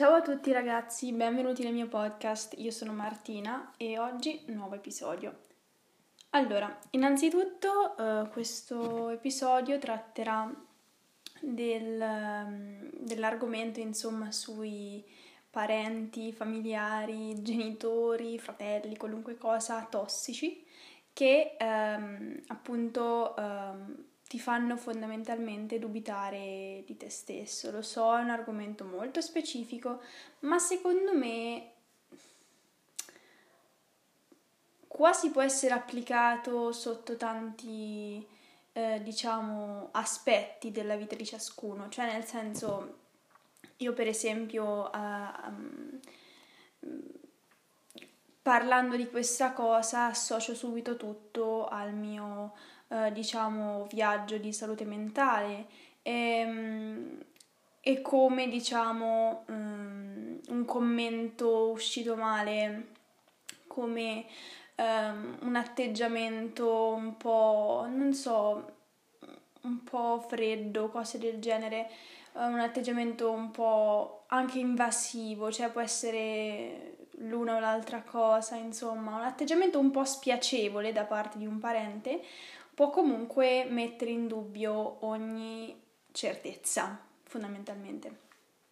Ciao a tutti ragazzi, benvenuti nel mio podcast, io sono Martina e oggi nuovo episodio. Allora, innanzitutto questo episodio tratterà dell'argomento sui parenti, familiari, genitori, fratelli, qualunque cosa tossici che ti fanno fondamentalmente dubitare di te stesso. Lo so, è un argomento molto specifico, ma secondo me quasi può essere applicato sotto tanti, aspetti della vita di ciascuno. Cioè, nel senso, io per esempio, parlando di questa cosa, associo subito tutto al mio viaggio di salute mentale e come un commento uscito male, come un atteggiamento un po', non so, un po' freddo, cose del genere, un atteggiamento un po' anche invasivo, cioè può essere l'una o l'altra cosa, insomma, un atteggiamento un po' spiacevole da parte di un parente può comunque mettere in dubbio ogni certezza, fondamentalmente.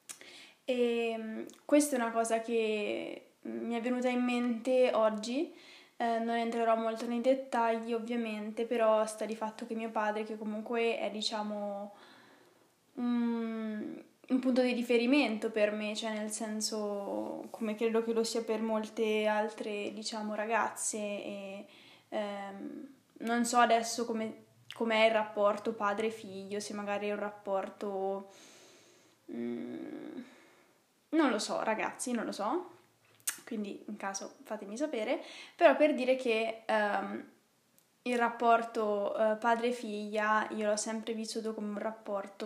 E questa è una cosa che mi è venuta in mente oggi, non entrerò molto nei dettagli ovviamente, però sta di fatto che mio padre, che comunque è un punto di riferimento per me, cioè nel senso come credo che lo sia per molte altre ragazze e non so adesso com'è il rapporto padre-figlio, se magari è un rapporto non lo so ragazzi, non lo so, quindi in caso fatemi sapere, però per dire che il rapporto padre-figlia io l'ho sempre vissuto come un rapporto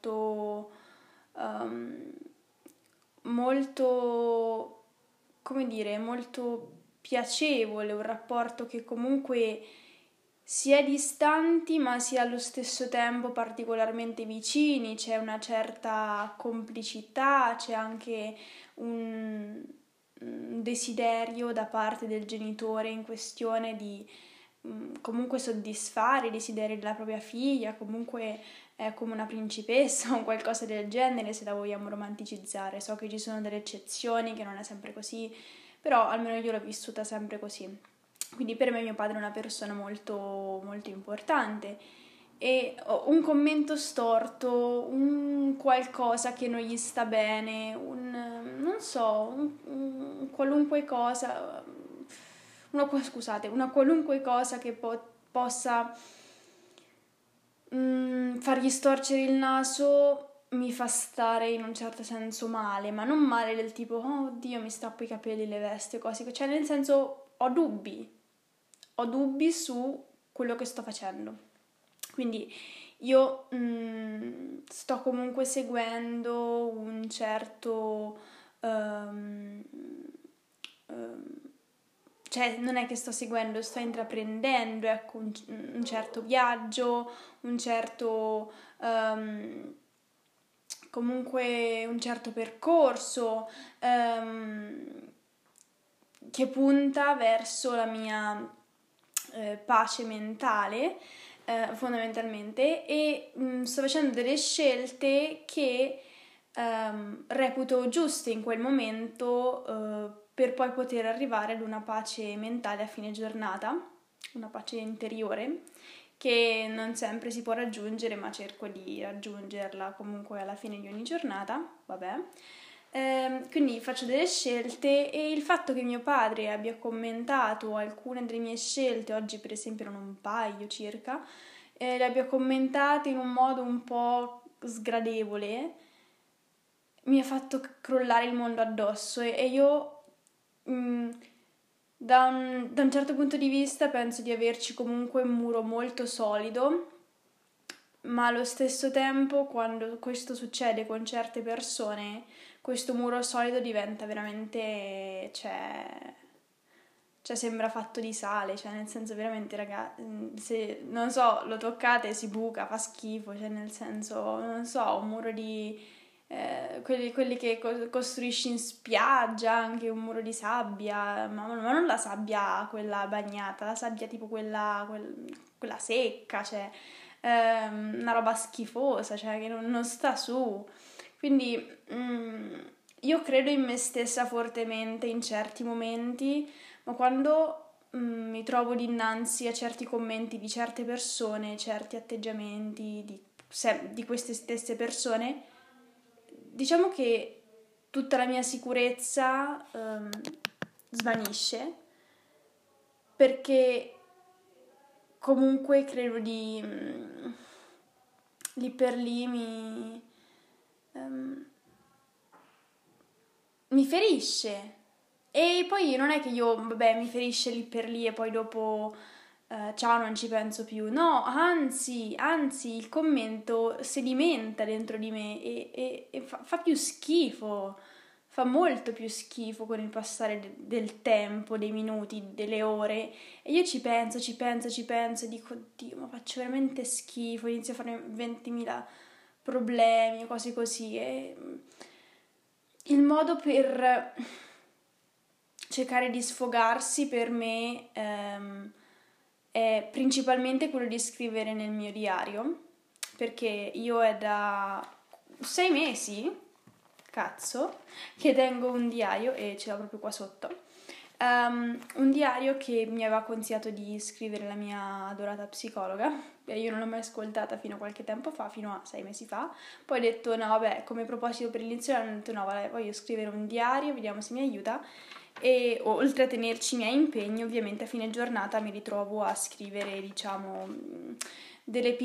molto, come dire, molto piacevole, un rapporto che comunque si è distanti ma si è allo stesso tempo particolarmente vicini, c'è una certa complicità, c'è anche un desiderio da parte del genitore in questione di comunque soddisfare i desideri della propria figlia, comunque è come una principessa o qualcosa del genere se la vogliamo romanticizzare. So che ci sono delle eccezioni, che non è sempre così, però almeno io l'ho vissuta sempre così. Quindi per me mio padre è una persona molto, molto importante e un commento storto, un qualcosa che non gli sta bene, non so, un qualunque cosa, una qualunque cosa che possa fargli storcere il naso mi fa stare in un certo senso male, ma non male del tipo, oh Dio, mi strappo i capelli, le vesti, cose, cioè nel senso ho dubbi su quello che sto facendo. Quindi io sto comunque seguendo un certo cioè non è che sto seguendo, sto intraprendendo ecco, un certo viaggio, un certo comunque un certo percorso che punta verso la mia pace mentale fondamentalmente e sto facendo delle scelte che reputo giuste in quel momento per poi poter arrivare ad una pace mentale a fine giornata, una pace interiore che non sempre si può raggiungere, ma cerco di raggiungerla comunque alla fine di ogni giornata, vabbè. Quindi faccio delle scelte e il fatto che mio padre abbia commentato alcune delle mie scelte, oggi per esempio erano un paio circa, le abbia commentate in un modo un po' sgradevole, mi ha fatto crollare il mondo addosso e io da un certo punto di vista penso di averci comunque un muro molto solido, ma allo stesso tempo quando questo succede con certe persone questo muro solido diventa veramente, cioè sembra fatto di sale, cioè nel senso veramente ragazzi, se non so, lo toccate si buca, fa schifo, cioè nel senso, non so, un muro di quelli che costruisci in spiaggia, anche un muro di sabbia, ma non la sabbia quella bagnata, la sabbia tipo quella secca, cioè una roba schifosa, cioè che non sta su. Quindi io credo in me stessa fortemente in certi momenti, ma quando mi trovo dinanzi a certi commenti di certe persone, certi atteggiamenti di queste stesse persone, diciamo che tutta la mia sicurezza svanisce, perché comunque credo lì per lì ehm, mi ferisce. E poi non è che io, vabbè, mi ferisce lì per lì e poi dopo ciao, non ci penso più. No, anzi, il commento sedimenta dentro di me e fa più schifo. Fa molto più schifo con il passare del tempo, dei minuti, delle ore. E io ci penso e dico, Dio, ma faccio veramente schifo. Inizio a farmi 20.000 problemi, cose così. E il modo per cercare di sfogarsi per me è principalmente quello di scrivere nel mio diario, perché io è da 6 mesi, cazzo, che tengo un diario e ce l'ho proprio qua sotto. Un diario che mi aveva consigliato di scrivere la mia adorata psicologa, e io non l'ho mai ascoltata fino a qualche tempo fa, fino a 6 mesi fa. Poi ho detto no, vabbè, come proposito per l'inizio ho detto no, vabbè, voglio scrivere un diario, vediamo se mi aiuta. E oltre a tenerci i miei impegni, ovviamente a fine giornata mi ritrovo a scrivere, diciamo, delle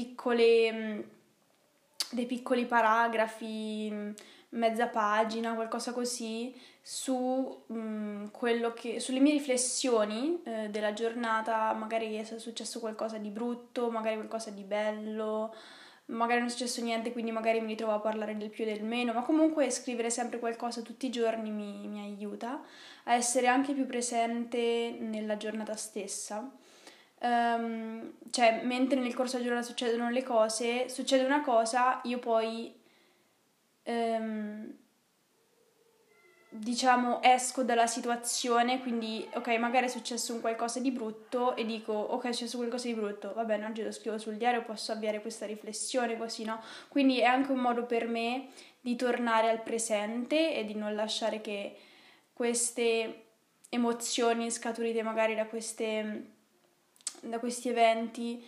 dei piccoli paragrafi, mezza pagina, qualcosa così, su sulle mie riflessioni della giornata, magari è successo qualcosa di brutto, magari qualcosa di bello, magari non è successo niente, quindi magari mi ritrovo a parlare del più e del meno, ma comunque scrivere sempre qualcosa tutti i giorni mi aiuta a essere anche più presente nella giornata stessa. Cioè, mentre nel corso della giornata succedono le cose, succede una cosa, io poi diciamo esco dalla situazione, quindi ok, magari è successo un qualcosa di brutto e dico ok, è successo qualcosa di brutto, va bene, oggi lo scrivo sul diario, posso avviare questa riflessione così, no? Quindi è anche un modo per me di tornare al presente e di non lasciare che queste emozioni scaturite magari da questi eventi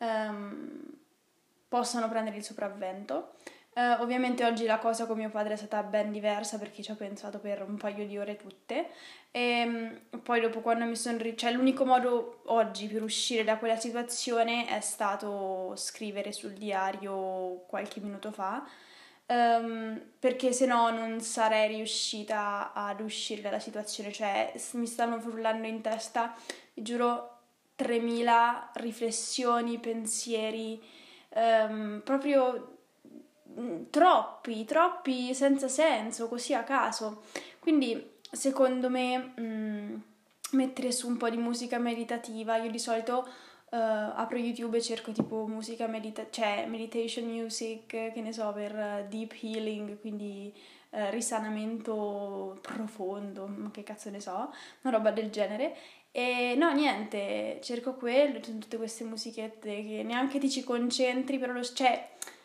possano prendere il sopravvento. Ovviamente oggi la cosa con mio padre è stata ben diversa perché ci ho pensato per un paio di ore tutte e poi dopo quando cioè l'unico modo oggi per uscire da quella situazione è stato scrivere sul diario qualche minuto fa, perché se no non sarei riuscita ad uscire dalla situazione, cioè mi stanno frullando in testa, vi giuro, 3.000 riflessioni, pensieri, proprio troppi senza senso, così a caso. Quindi secondo me mettere su un po' di musica meditativa, io di solito apro YouTube e cerco tipo musica cioè meditation music, che ne so, per deep healing, quindi risanamento profondo, ma che cazzo ne so, una roba del genere. E no, niente, cerco quello, tutte queste musichette che neanche ti ci concentri, però cioè,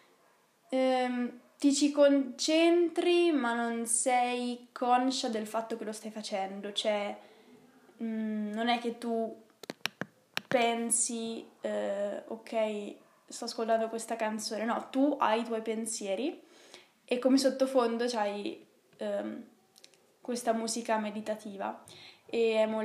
ti ci concentri ma non sei conscia del fatto che lo stai facendo, cioè non è che tu pensi, ok, sto ascoltando questa canzone, no, tu hai i tuoi pensieri e come sottofondo c'hai questa musica meditativa e è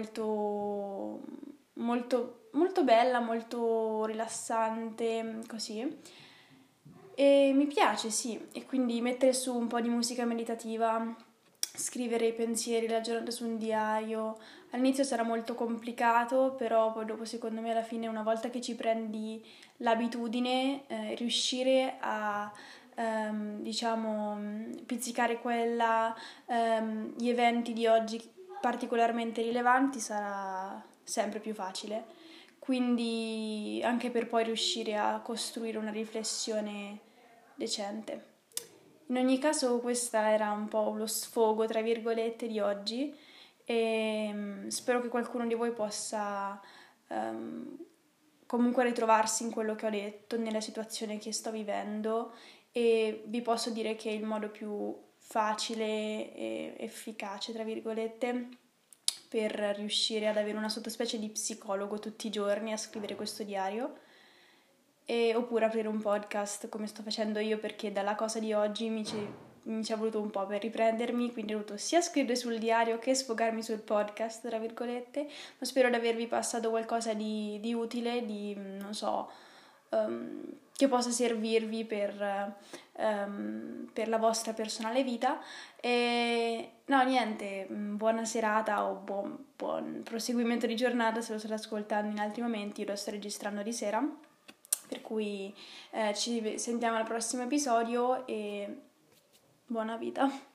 molto bella, molto rilassante, così. E mi piace, sì, e quindi mettere su un po' di musica meditativa, scrivere i pensieri, la giornata su un diario. All'inizio sarà molto complicato, però poi dopo secondo me alla fine una volta che ci prendi l'abitudine, riuscire a diciamo pizzicare gli eventi di oggi particolarmente rilevanti sarà sempre più facile. Quindi anche per poi riuscire a costruire una riflessione decente. In ogni caso questa era un po' lo sfogo, tra virgolette, di oggi e spero che qualcuno di voi possa comunque ritrovarsi in quello che ho detto, nella situazione che sto vivendo, e vi posso dire che è il modo più facile e efficace, tra virgolette, per riuscire ad avere una sottospecie di psicologo tutti i giorni a scrivere questo diario. Oppure aprire un podcast come sto facendo io, perché dalla cosa di oggi mi ci è voluto un po' per riprendermi, quindi ho dovuto sia scrivere sul diario che sfogarmi sul podcast, tra virgolette, ma spero di avervi passato qualcosa di utile, di, non so, che possa servirvi per la vostra personale vita. E no, niente, buona serata o buon proseguimento di giornata se lo state ascoltando in altri momenti. Io lo sto registrando di sera, per cui ci sentiamo al prossimo episodio e buona vita.